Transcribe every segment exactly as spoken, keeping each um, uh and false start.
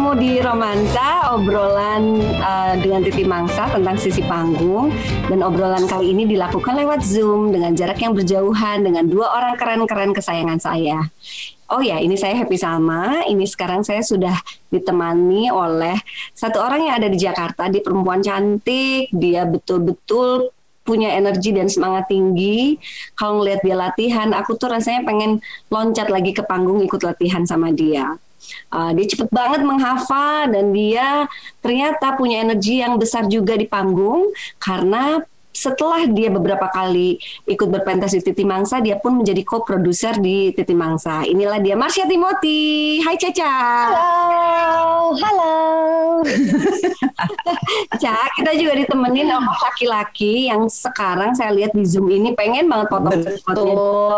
ketemu di Romansa, obrolan uh, dengan Titi Mangsa tentang sisi panggung. Dan obrolan kali ini dilakukan lewat Zoom dengan jarak yang berjauhan dengan dua orang keren-keren kesayangan saya. Oh ya, ini saya Happy Salma. Ini sekarang saya sudah ditemani oleh satu orang yang ada di Jakarta. Dia perempuan cantik, dia betul-betul punya energi dan semangat tinggi. Kalau ngelihat dia latihan, aku tuh rasanya pengen loncat lagi ke panggung ikut latihan sama dia. Uh, dia cepet banget menghafal dan dia ternyata punya energi yang besar juga di panggung karena setelah dia beberapa kali ikut berpentas di Titi Mangsa, dia pun menjadi co-producer di Titi Mangsa. Inilah dia, Marsha Timothy. Hai Caca. Halo, halo. Ca, kita juga ditemenin sama laki-laki yang sekarang saya lihat di Zoom ini pengen banget foto-fotonya.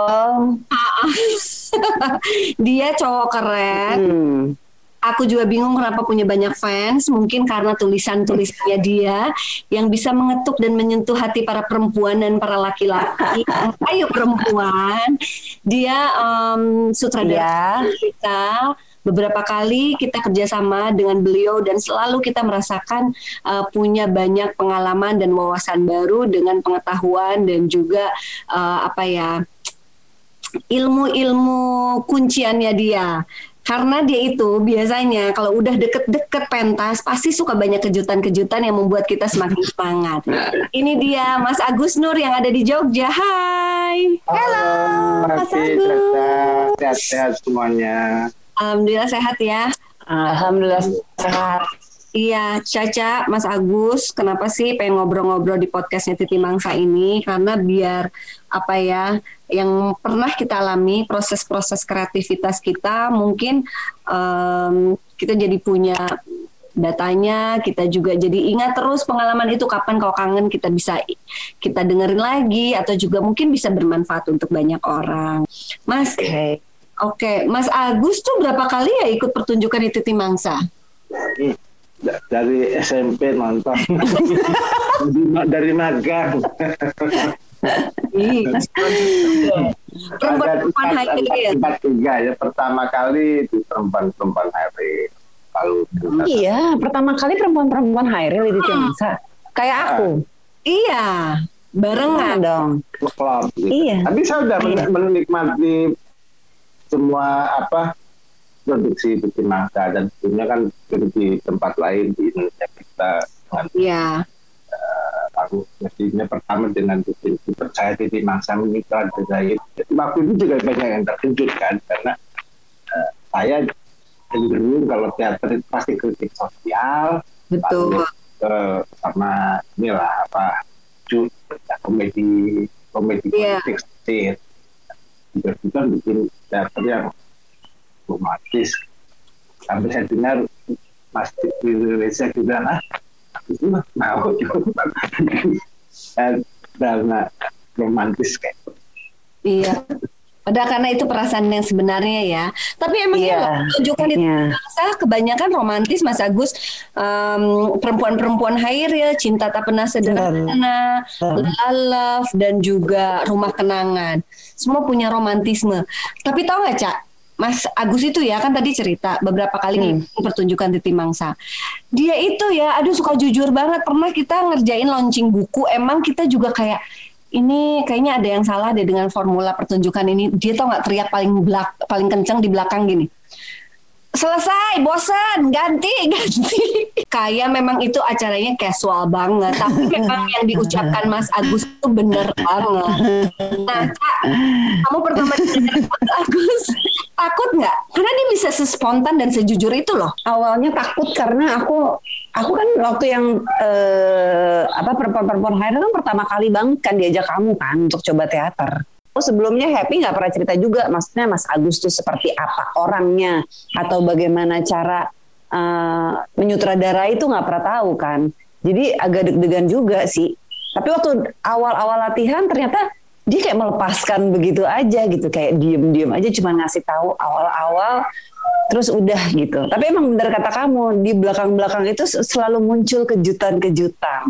Dia cowok keren. Hmm. Aku juga bingung kenapa punya banyak fans. Mungkin karena tulisan-tulisannya dia yang bisa mengetuk dan menyentuh hati para perempuan dan para laki-laki. Ayo perempuan. Dia um, sutradara yeah. kita. Beberapa kali kita kerjasama dengan beliau dan selalu kita merasakan uh, punya banyak pengalaman dan wawasan baru dengan pengetahuan dan juga uh, apa ya ilmu-ilmu kunciannya dia. Karena dia itu biasanya kalau udah deket-deket pentas pasti suka banyak kejutan-kejutan yang membuat kita semakin semangat. Ini dia Mas Agus Nur yang ada di Jogja. Hai. Halo, Mas Agus. Sehat-sehat semuanya. Alhamdulillah sehat ya. Alhamdulillah sehat. Iya, Caca, Mas Agus, kenapa sih pengen ngobrol-ngobrol di podcastnya Titi Mangsa ini? Karena biar apa ya, yang pernah kita alami proses-proses kreativitas kita, mungkin um, kita jadi punya datanya, kita juga jadi ingat terus pengalaman itu kapan kalau kangen kita bisa kita dengerin lagi atau juga mungkin bisa bermanfaat untuk banyak orang. Mas, oke, okay. okay. Mas Agus tuh berapa kali ya ikut pertunjukan di Titi Mangsa? Hmm. Dari S M P nonton. Dari magang. Iya, perempuan-perempuan Hairil. Empat tiga ya, pertama kali di perempuan-perempuan Hairil. Lalu iya, pertama kali perempuan-perempuan Hairil di Titi Mangsa. Kayak aku. Iya, barengan dong. Klub. Gitu. Iya. Tapi saya sudah iya. menikmati semua apa produksi Titi Mangsa dan sebelumnya kan di tempat lain di Indonesia kita kan. Iya. Aku mestinya pertama dengan dipercaya Titi Mangsa menikah dengan waktu itu juga banyak yang terkejut kan karena uh, saya cenderung kalau teater itu pasti kritik sosial, betul, uh, sama inilah apa cut komedi komedi yeah. politik sih, juga bikin teater yang romantis. Sampai saya dengar Mas di Indonesia bilang ah itu mah mau dan dan romantis kayak. Iya. Padahal karena itu perasaan yang sebenarnya ya. Tapi emang yeah. ya tunjukkan di yeah. Mangsa kebanyakan romantis Mas Agus, um, perempuan-perempuan Hairil, Cinta Tak Pernah Sederhana, yeah. Love dan juga Rumah Kenangan. Semua punya romantisme. Tapi tahu nggak Cak? Mas Agus itu ya kan tadi cerita beberapa kali hmm. pertunjukan Titi Mangsa. Dia itu ya, aduh suka jujur banget. Pernah kita ngerjain launching buku, emang kita juga kayak ini kayaknya ada yang salah deh dengan formula pertunjukan ini. Dia tau nggak teriak paling belak, paling kenceng di belakang gini. Selesai, bosan, ganti, ganti. Kayak memang itu acaranya casual banget. Tapi memang yang diucapkan Mas Agus itu bener banget. Nah, Kak, kamu pertama dengar Mas Agus, takut nggak? Karena dia bisa sespontan dan sejujur itu loh. Awalnya takut karena aku, aku kan waktu yang eh, apa perempuan-perempuan Hairil kan pertama kali banget kan diajak kamu kan untuk coba teater. Oh sebelumnya Happy nggak pernah cerita juga, maksudnya Mas Agus tuh seperti apa orangnya atau bagaimana cara uh, menyutradarai itu nggak pernah tahu kan. Jadi agak deg-degan juga sih. Tapi waktu awal-awal latihan ternyata dia kayak melepaskan begitu aja gitu, kayak diem-diem aja cuma ngasih tahu awal-awal. Terus udah gitu. Tapi emang benar kata kamu, di belakang-belakang itu selalu muncul kejutan-kejutan.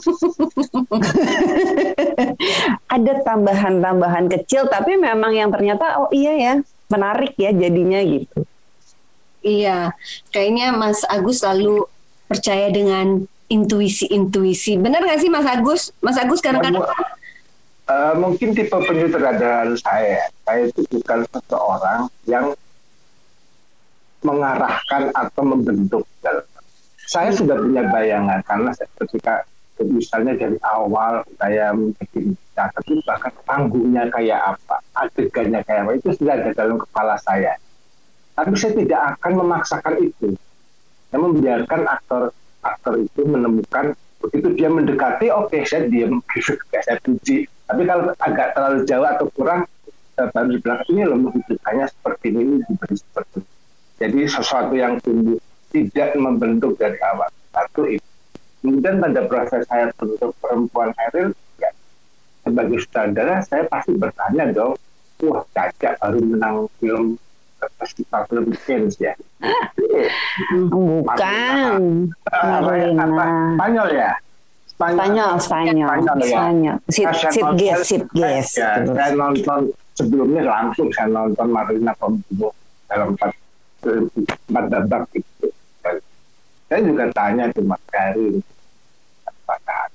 Ada tambahan-tambahan kecil, tapi memang yang ternyata oh iya ya, menarik ya jadinya gitu. Iya, kayaknya Mas Agus selalu percaya dengan intuisi-intuisi. Benar nggak sih Mas Agus? Mas Agus kadang-kadang Uh, mungkin tipe penyutradaraan saya, saya itu bukan seseorang yang mengarahkan atau membentuk. Saya sudah punya bayangan karena ketika misalnya dari awal saya menjadi tapi bahkan panggungnya kayak apa, adegannya kayak apa itu sudah ada dalam kepala saya. Tapi saya tidak akan memaksakan itu. Saya membiarkan aktor aktor itu menemukan. Begitu dia mendekati, oke okay, saya diam, saya puji. Tapi kalau agak terlalu jauh atau kurang, baru di belakang ini loh menghidupkannya seperti ini, diberi seperti ini. Jadi sesuatu yang tumbuh tidak membentuk dari awal. Satu itu. Kemudian pada proses saya bentuk Perempuan Hairil, ya, sebagai sutradara saya pasti bertanya dong, wah Caca baru menang film festival film Cannes ya. Bukan. Marina. Spanyol ya? Spanyol, Spanyol, Spanyol, ya. Spanyol. Sit, sit, guess, sit, guess. Ya, saya nonton sebelumnya langsung saya nonton Marina Pembunuh dalam empat, empat babak itu. Saya juga tanya ke Mas Karin, apakah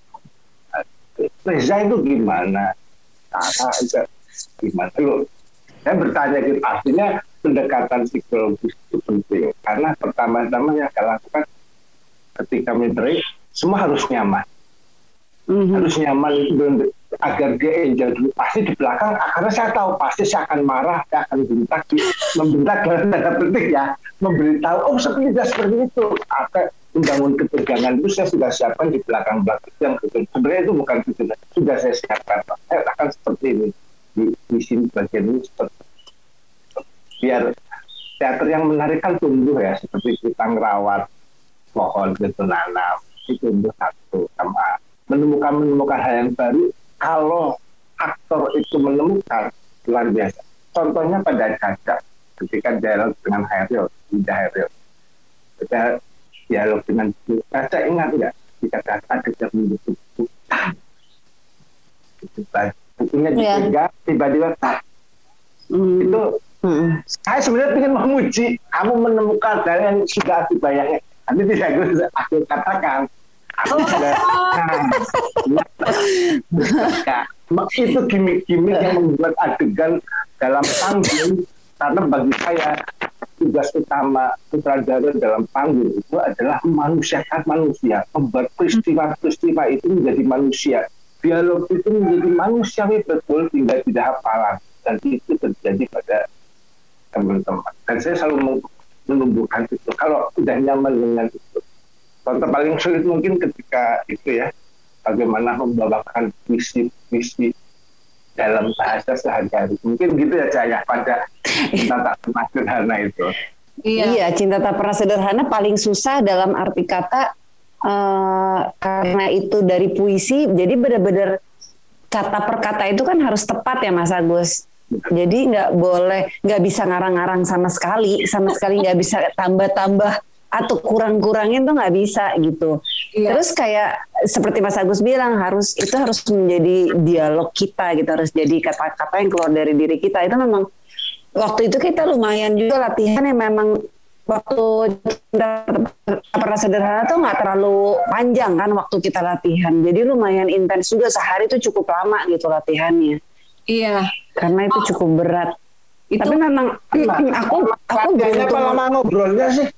Reza itu gimana? Cara itu gimana? Loh, saya bertanya gitu, artinya pendekatan psikologis itu penting. Karena pertama-tama yang saya lakukan ketika mentoring, semua harus nyaman. Mm-hmm. Harus nyaman itu agar dia enjoy dulu. Pasti di belakang, karena saya tahu pasti saya akan marah, saya akan bentak, membentak dalam tanda petik ya, memberitahu, oh seperti itu, seperti itu. Apa membangun ketegangan itu saya sudah siapkan di belakang-belakang yang betul. Sebenarnya itu bukan itu, sudah saya siapkan. Saya akan seperti ini di, di sini bagian ini seperti biar teater yang menarik kan tumbuh ya, seperti kita ngerawat pohon gitu nanam. Itu untuk satu sama menemukan menemukan hal yang baru. Kalau aktor itu menemukan luar biasa. Contohnya pada Caca ketika dialog dengan Hairil, Ida Hairil. Kita dialog dengan Caca, ingat nggak? Ketika Caca ketika membutuhkan buku, bukunya dipegang, tiba-tiba tak. Hmm. Itu hmm. saya sebenarnya ingin memuji kamu menemukan hal yang sudah aku bayangkan. Tapi tidak aku katakan. Aku sudah, nah, itu gimmick-gimmick yang membuat adegan dalam panggung. Karena bagi saya tugas utama sutradara dalam panggung itu adalah memanusiakan manusia, membuat peristiwa-peristiwa itu menjadi manusia, dialog itu menjadi manusiawi betul, tinggal tidak hafalan, dan itu terjadi pada teman-teman. Dan saya selalu menumbuhkan itu. Kalau sudah nyaman dengan itu. Contoh paling sulit mungkin ketika itu ya, bagaimana membawakan misi-misi dalam bahasa sehari-hari. Mungkin gitu ya saya pada Cinta Tak Pernah Sederhana itu. Iya, iya, Cinta Tak Pernah Sederhana paling susah dalam arti kata uh, karena itu dari puisi, jadi benar-benar kata per kata itu kan harus tepat ya Mas Agus. Jadi nggak boleh, nggak bisa ngarang-ngarang sama sekali, sama sekali nggak bisa tambah-tambah atau kurang-kurangin tuh nggak bisa gitu. Iya. Terus kayak seperti Mas Agus bilang harus itu harus menjadi dialog kita gitu, harus jadi kata-kata yang keluar dari diri kita. Itu memang waktu itu kita lumayan juga latihan yang memang waktu kita pernah sederhana tuh nggak terlalu panjang kan waktu kita latihan. Jadi lumayan intens juga, sehari itu cukup lama gitu latihannya. Iya. Karena itu cukup berat. Itu, tapi memang nah, aku aku beruntung. Apa lama ngobrolnya sih?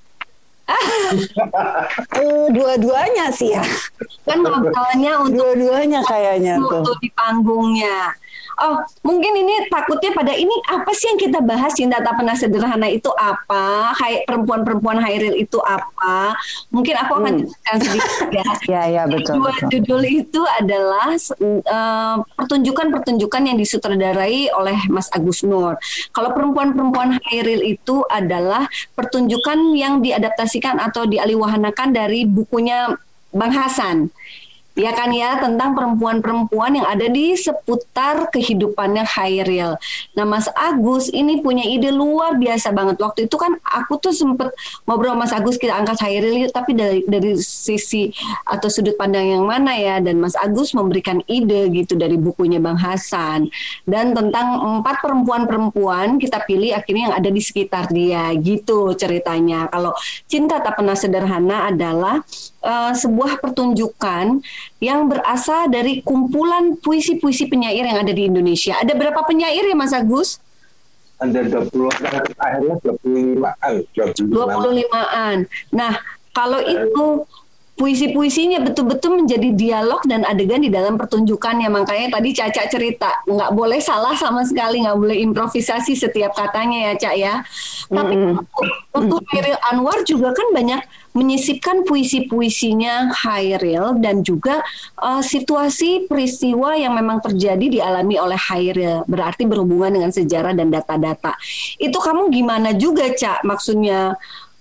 uh, dua-duanya sih ya. Kan ngobrolnya untuk dua-duanya kayaknya tuh di panggungnya. Oh, mungkin ini takutnya pada ini apa sih yang kita bahas Cinta Tak Pernah Sederhana itu apa? Hai, perempuan-perempuan Hairil itu apa? Mungkin aku akan jelaskan sedikit ya. Ya, ya betul. Dua betul. judul itu adalah uh, pertunjukan-pertunjukan yang disutradarai oleh Mas Agus Nur. Kalau perempuan-perempuan Hairil itu adalah pertunjukan yang diadaptasikan atau dialihwahanakan dari bukunya Bang Hasan. ya kan ya, tentang perempuan-perempuan yang ada di seputar kehidupannya Hairil. Nah Mas Agus ini punya ide luar biasa banget. Waktu itu kan aku tuh sempet ngobrol Mas Agus, kita angkat Hairil tapi dari dari sisi atau sudut pandang yang mana ya, dan Mas Agus memberikan ide gitu dari bukunya Bang Hasan, dan tentang empat perempuan-perempuan kita pilih akhirnya yang ada di sekitar dia gitu ceritanya. Kalau Cinta Tak Pernah Sederhana adalah uh, sebuah pertunjukan yang berasal dari kumpulan puisi-puisi penyair yang ada di Indonesia. Ada berapa penyair ya Mas Agus? Ada dua puluh, akhirnya dua puluh lima-an. dua puluh lima-an. Nah, kalau itu puisi-puisinya betul-betul menjadi dialog dan adegan di dalam pertunjukannya. Makanya tadi Caca cerita, nggak boleh salah sama sekali, nggak boleh improvisasi setiap katanya ya Cak ya. Tapi mm-hmm. untuk Hairil Anwar juga kan banyak menyisipkan puisi-puisinya Hairil dan juga uh, situasi peristiwa yang memang terjadi dialami oleh Hairil, berarti berhubungan dengan sejarah dan data-data. Itu kamu gimana juga Cak maksudnya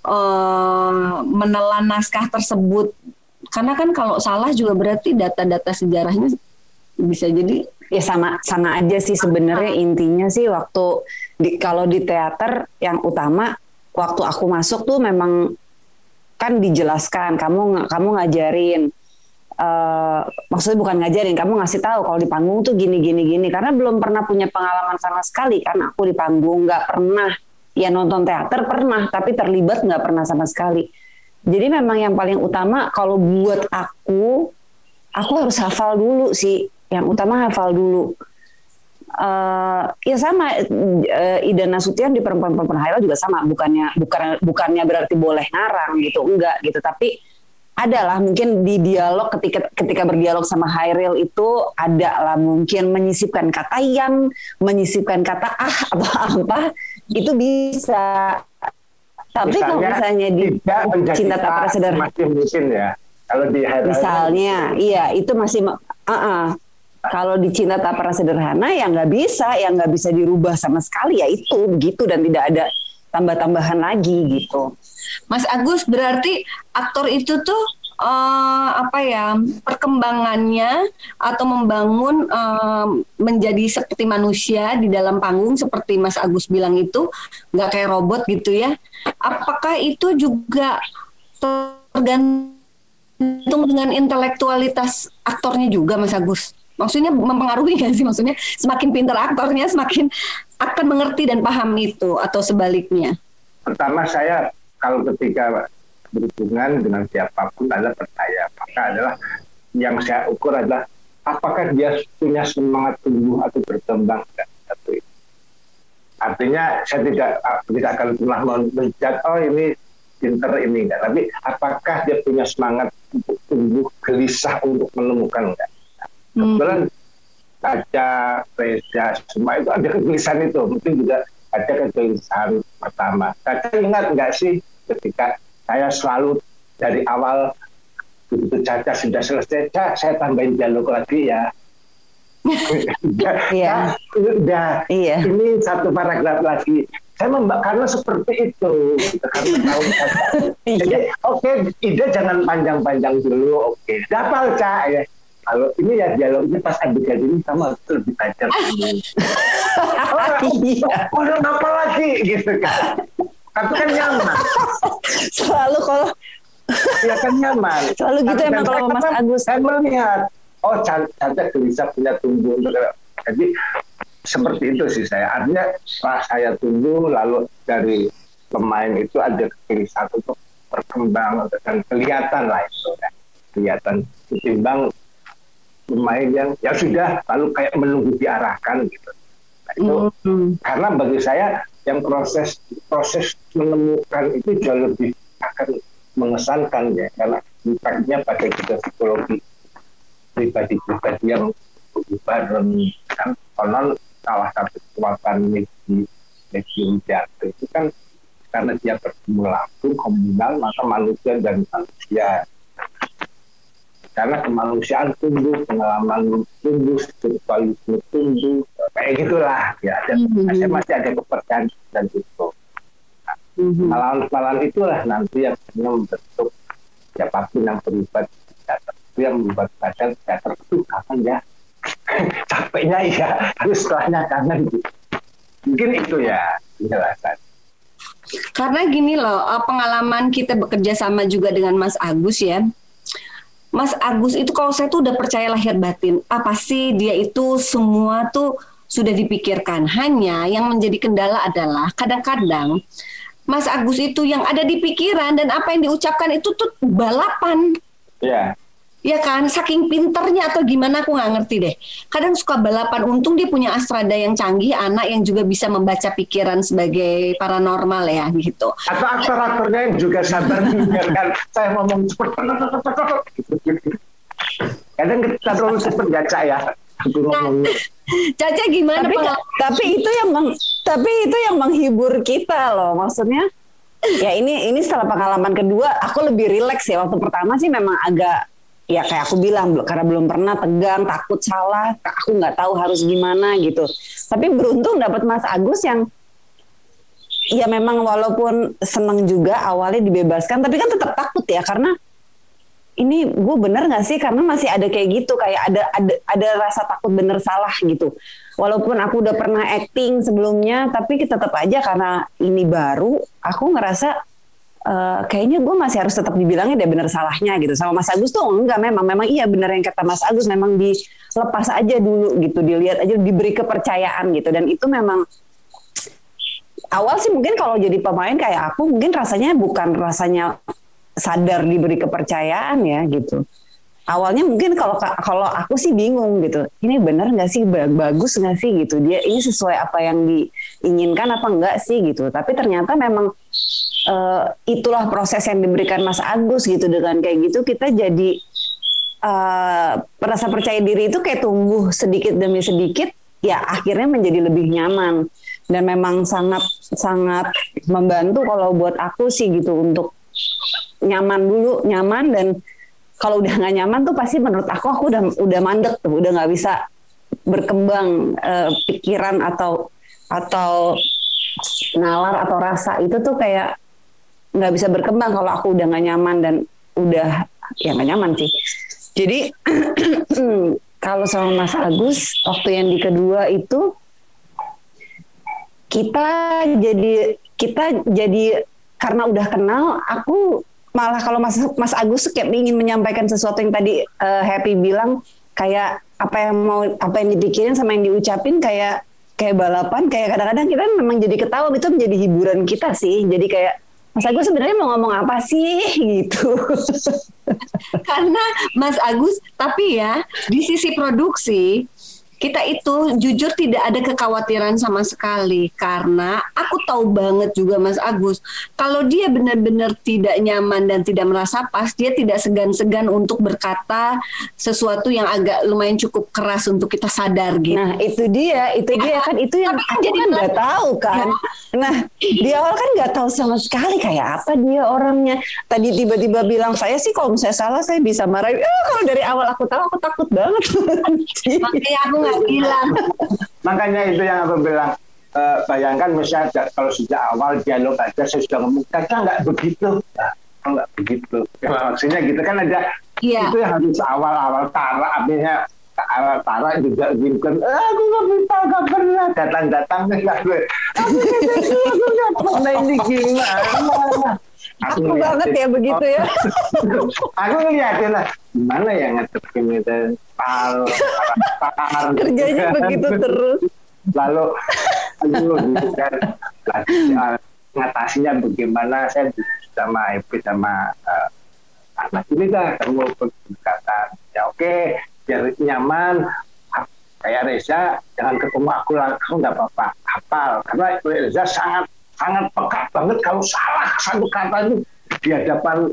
uh, menelan naskah tersebut? Karena kan kalau salah juga berarti data-data sejarahnya bisa jadi ya sama sama aja sih sebenarnya. Intinya sih waktu di, kalau di teater yang utama waktu aku masuk tuh memang kan dijelaskan, kamu kamu ngajarin, uh, maksudnya bukan ngajarin, kamu ngasih tahu kalau di panggung tuh gini gini gini, karena belum pernah punya pengalaman sama sekali kan aku di panggung, nggak pernah ya nonton teater pernah, tapi terlibat nggak pernah sama sekali. Jadi memang yang paling utama kalau buat aku, aku harus hafal dulu sih, yang utama hafal dulu. Uh, ya sama uh, Ida Nasution di perempuan-perempuan Hairil juga sama, bukannya bukan bukannya berarti boleh ngarang gitu, enggak gitu, tapi adalah mungkin di dialog ketika ketika berdialog sama Hairil itu ada lah mungkin menyisipkan kata yang, menyisipkan kata ah atau apa itu bisa. Tapi misalnya, kalau misalnya di Cinta Tak Pernah Sederhana masih mungkin ya. Kalau di Hairil misalnya, iya itu masih uh-uh. Kalau di Cinta Tak Pernah Sederhana ya nggak bisa, ya nggak bisa dirubah sama sekali, ya itu begitu dan tidak ada tambah-tambahan lagi gitu. Mas Agus, berarti aktor itu tuh uh, apa ya perkembangannya atau membangun uh, menjadi seperti manusia di dalam panggung seperti Mas Agus bilang itu nggak kayak robot gitu ya. Apakah itu juga tergantung dengan intelektualitas aktornya juga Mas Agus? Maksudnya mempengaruhi nggak sih? Maksudnya semakin pintar aktornya semakin akan mengerti dan paham itu atau sebaliknya? Pertama saya kalau ketika berhubungan dengan siapapun adalah percaya. Maka adalah yang saya ukur adalah apakah dia punya semangat tumbuh atau berkembang. Artinya saya tidak tidak akan pernah menjat oh ini pinter ini enggak. Tapi apakah dia punya semangat untuk tumbuh, gelisah untuk menemukan enggak? Kebetulan Caca, Reza, semua itu ada kegelisahan itu. Mungkin juga ada kegelisahan pertama. Caca ingat nggak sih ketika saya selalu dari awal begitu Caca sudah selesai, Caca saya tambahin dialog lagi ya. Udah, iya. Udah. Iya. Ini satu paragraf lagi. Saya membak karena seperti itu. Karena tahu Caca. Jadi oke, okay, ide jangan panjang-panjang dulu. Oke, okay. Dapal Caca ya. Kalau ini ya dialognya pas adegan ini sama lebih tajam. Oh, oh, apa lagi gitu kan? Tapi kan nyaman. Selalu kalau ya kan nyaman. Selalu gitu dan emang kalau Mas Agus. Saya melihat, oh Caca gelisah punya tumbuh. Jadi seperti itu sih saya. Artinya pas saya tumbuh lalu dari pemain itu ada kegelisahan untuk berkembang dan kelihatan lah itu. Ya. Kelihatan ketimbang pemain yang yang sudah lalu kayak menunggu diarahkan gitu. Nah, itu mm-hmm. Karena bagi saya yang proses proses menemukan itu jauh lebih akan mengesankan ya, karena impactnya pada kita psikologi pribadi-pribadi yang berubah dan konon salah satu kekuatan medium medium teater itu kan karena dia bertemu langsung komunal maka manusia dan manusia. Karena kemanusiaan tumbuh, pengalaman tumbuh, spiritualisme tumbuh, kayak gitulah ya. Dan mm-hmm. saya masih ada kepercayaan dan itu. Nah, mm-hmm. Malahan-malahan itulah nanti yang membentuk siapapun yang terlibat, itu yang membuat sadar setelahnya kangen gitu. Mungkin itu ya penjelasan. Karena gini loh, pengalaman kita bekerja sama juga dengan Mas Agus ya. Mas Agus itu kalau saya tuh udah percaya lahir batin, apa sih dia itu semua tuh sudah dipikirkan. Hanya yang menjadi kendala adalah kadang-kadang Mas Agus itu yang ada di pikiran dan apa yang diucapkan itu tuh balapan. Iya. Ya kan, saking pinternya atau gimana aku nggak ngerti deh. Kadang suka balapan, untung dia punya astrada yang canggih, anak yang juga bisa membaca pikiran sebagai paranormal ya gitu. Atau aktor-aktornya yang juga sabar mendengarkan saya ngomong cepet. Kadang kita terlalu cepet baca ya. Aku ngomong. Caca gimana? Tapi, tapi itu yang meng, tapi itu yang menghibur kita loh, maksudnya. Ya ini ini setelah pengalaman kedua, aku lebih rileks ya. Waktu pertama sih memang agak ya kayak aku bilang, karena belum pernah, tegang, takut salah, aku nggak tahu harus gimana gitu. Tapi beruntung dapat Mas Agus yang ya memang walaupun seneng juga awalnya dibebaskan, tapi kan tetap takut ya, karena ini gue bener nggak sih, karena masih ada kayak gitu, kayak ada ada ada rasa takut bener salah gitu. Walaupun aku udah pernah acting sebelumnya, tapi tetap aja karena ini baru, aku ngerasa Uh, kayaknya gue masih harus tetap dibilangnya dia benar salahnya gitu. Sama Mas Agus tuh enggak, memang memang iya benar yang kata Mas Agus, memang dilepas aja dulu gitu, dilihat aja, diberi kepercayaan gitu. Dan itu memang awal sih mungkin kalau jadi pemain kayak aku mungkin rasanya bukan rasanya sadar diberi kepercayaan ya gitu. Awalnya mungkin kalau kalau aku sih bingung gitu, ini benar nggak sih, bagus nggak sih gitu, dia ini sesuai apa yang diinginkan apa enggak sih gitu. Tapi ternyata memang uh, itulah proses yang diberikan Mas Agus gitu. Dengan kayak gitu kita jadi uh, rasa percaya diri itu kayak tumbuh sedikit demi sedikit, ya akhirnya menjadi lebih nyaman. Dan memang sangat sangat membantu kalau buat aku sih gitu, untuk nyaman dulu, nyaman. Dan kalau udah nggak nyaman tuh pasti menurut aku aku udah udah mandek tuh, udah nggak bisa berkembang uh, pikiran atau atau nalar atau rasa itu tuh kayak nggak bisa berkembang kalau aku udah nggak nyaman dan udah ya nggak nyaman sih. Jadi kalau sama Mas Agus waktu yang di kedua itu kita jadi kita jadi karena udah kenal, aku malah kalau Mas Mas Agus kayak ingin menyampaikan sesuatu yang tadi uh, Happy bilang, kayak apa yang mau apa yang dipikirin sama yang diucapin kayak kayak balapan, kayak kadang-kadang kita memang jadi ketawa, itu menjadi hiburan kita sih. Jadi kayak Mas Agus sebenarnya mau ngomong apa sih gitu. Karena Mas Agus, tapi ya di sisi produksi kita itu jujur tidak ada kekhawatiran sama sekali, karena aku tahu banget juga Mas Agus, kalau dia benar-benar tidak nyaman dan tidak merasa pas, dia tidak segan-segan untuk berkata sesuatu yang agak lumayan cukup keras untuk kita sadar gitu. Nah itu dia, itu dia kan, itu yang aku jadi kan nggak tahu kan. Ya. Nah di awal kan nggak tahu sama sekali kayak apa dia orangnya. Tadi tiba-tiba bilang, saya sih kalau misalnya salah saya bisa marahin. Eh, kalau dari awal aku tahu, aku takut banget. Makanya aku nggak bilang. Makanya itu yang aku bilang, e, bayangkan misalnya kalau sejak awal dialog aja saya sudah ngomong, Caca nggak begitu, nah, nggak begitu. Ya, maksudnya gitu kan ada, yeah. Itu yang harus awal-awal Tara, artinya awal Tara juga gitu kan, eh, aku nggak bisa, nggak pernah datang-datang nggak gue, aku nggak pernah, ini gimana? Aku, aku banget ya begitu ya. Aku ngeliatin lah, gimana ya ngetepin itu pal, par, kerjanya begitu terus. Lalu, lalu gitu kan, lagi ngatasinya bagaimana, saya sama Epi sama uh, anak ini dah, kamu berkata, ya oke, biar nyaman, kayak Reza, jangan ketemu aku lah, kamu nggak apa-apa, hafal, karena Reza sangat sangat peka banget kalau salah satu kata itu di hadapan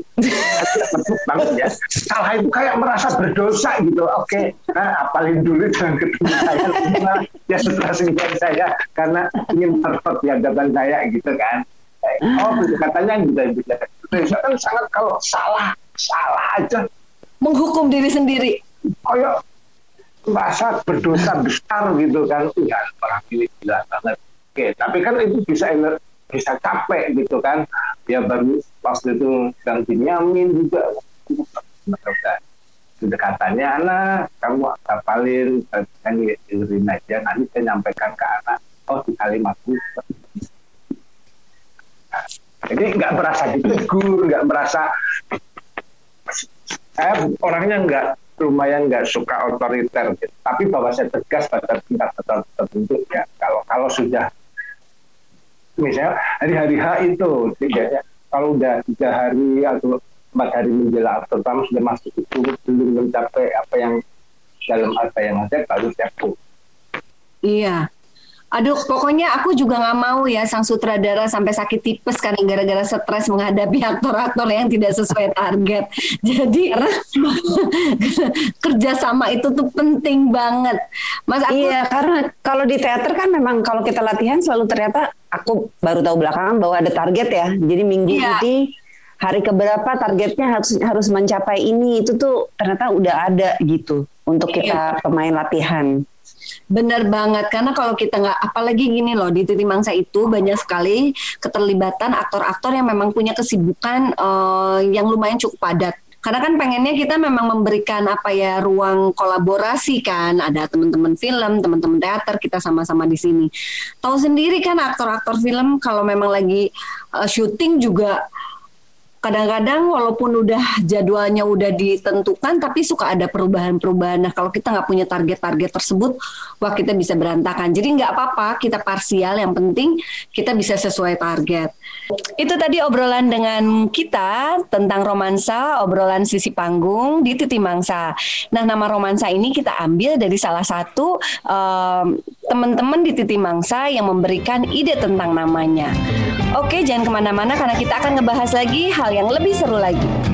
banget ya. Salah itu kayak merasa berdosa gitu. Oke, nah, apalin dulu jangan ketemu saya. Ya setelah singkat saya karena ingin perfect di hadapan saya gitu kan. Oh, katanya gitu-gitu. Saya kan sangat kalau salah, salah aja. Menghukum diri sendiri. Kayak merasa berdosa besar gitu kan. Ya, orang ini gila banget. Oke, tapi kan itu bisa bisa capek gitu kan, ya baru waktu itu Bang Binyamin juga Pendekatannya, anak kamu hafalin, kan dengerin aja, nanti saya nyampaikan ke anak, oh di kalimatku. Jadi nggak merasa ditegur, nggak merasa, saya orangnya nggak, lumayan nggak suka otoriter, gitu. Tapi bahwa saya tegas pada tingkat tertentu ya. Kalau kalau sudah, misalnya hari-hari H itu, ya, kalau udah tiga hari atau empat hari menjelang, terutama sudah masuk itu belum mencapai apa yang dalam apa yang ada, baru saya pun. Iya. Aduh, pokoknya aku juga nggak mau ya sang sutradara sampai sakit tipes karena gara-gara stres menghadapi aktor-aktor yang tidak sesuai target. Jadi kerjasama itu tuh penting banget, Mas. Aku, iya, karena kalau di teater kan memang kalau kita latihan selalu ternyata aku baru tahu belakangan bahwa ada target ya. Jadi minggu iya. ini hari keberapa targetnya harus harus mencapai ini, itu tuh ternyata udah ada gitu untuk kita iya. pemain latihan. Benar banget, karena kalau kita nggak, apalagi gini loh, di Titi Mangsa itu banyak sekali keterlibatan aktor-aktor yang memang punya kesibukan uh, yang lumayan cukup padat. Karena kan pengennya kita memang memberikan apa ya, ruang kolaborasi kan, ada teman-teman film, teman-teman teater, kita sama-sama di sini. Tahu sendiri kan aktor-aktor film kalau memang lagi uh, syuting juga kadang-kadang walaupun udah jadwalnya udah ditentukan, tapi suka ada perubahan-perubahan. Nah, kalau kita nggak punya target-target tersebut, wah kita bisa berantakan. Jadi nggak apa-apa, kita parsial. Yang penting kita bisa sesuai target. Itu tadi obrolan dengan kita tentang romansa, obrolan sisi panggung di Titi Mangsa. Nah, nama romansa ini kita ambil dari salah satu um, teman-teman di Titi Mangsa yang memberikan ide tentang namanya. Oke, jangan kemana-mana karena kita akan ngebahas lagi hal yang lebih seru lagi.